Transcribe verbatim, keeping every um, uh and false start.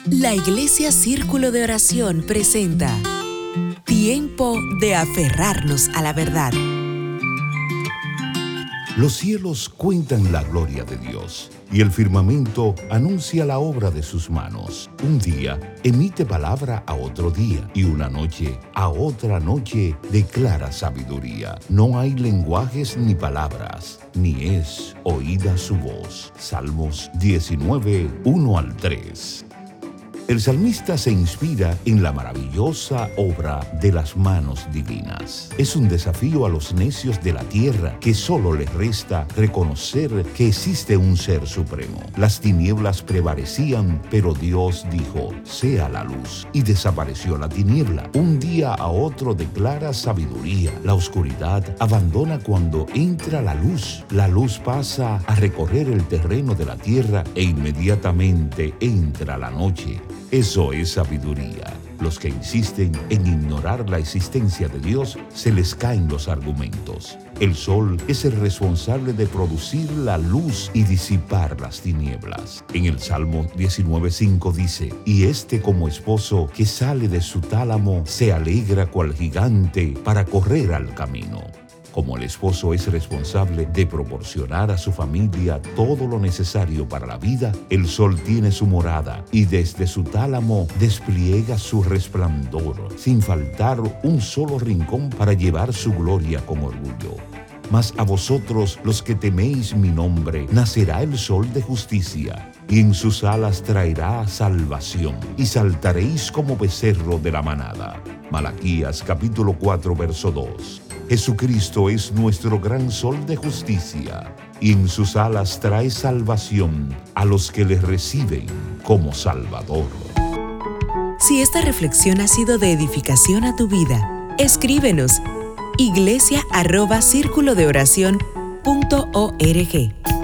La Iglesia Círculo de Oración presenta Tiempo de aferrarnos a la verdad. Los cielos cuentan la gloria de Dios y el firmamento anuncia la obra de sus manos. Un día emite palabra a otro día y una noche a otra noche declara sabiduría. No hay lenguajes ni palabras, ni es oída su voz. Salmos diecinueve, uno al tres. El salmista se inspira en la maravillosa obra de las manos divinas. Es un desafío a los necios de la tierra que solo les resta reconocer que existe un ser supremo. Las tinieblas prevalecían, pero Dios dijo, sea la luz, y desapareció la tiniebla. Un día a otro declara sabiduría. La oscuridad abandona cuando entra la luz. La luz pasa a recorrer el terreno de la tierra e inmediatamente entra la noche. Eso es sabiduría. Los que insisten en ignorar la existencia de Dios, se les caen los argumentos. El sol es el responsable de producir la luz y disipar las tinieblas. En el Salmo diecinueve, cinco dice, y este como esposo que sale de su tálamo se alegra cual gigante para correr al camino. Como el esposo es responsable de proporcionar a su familia todo lo necesario para la vida, el sol tiene su morada y desde su tálamo despliega su resplandor, sin faltar un solo rincón para llevar su gloria con orgullo. Mas a vosotros, los que teméis mi nombre, nacerá el sol de justicia, y en sus alas traerá salvación, y saltaréis como becerro de la manada. Malaquías capítulo cuatro, verso dos. Jesucristo es nuestro gran sol de justicia, y en sus alas trae salvación a los que le reciben como Salvador. Si esta reflexión ha sido de edificación a tu vida, escríbenos iglesia arroba círculo de oración punto org.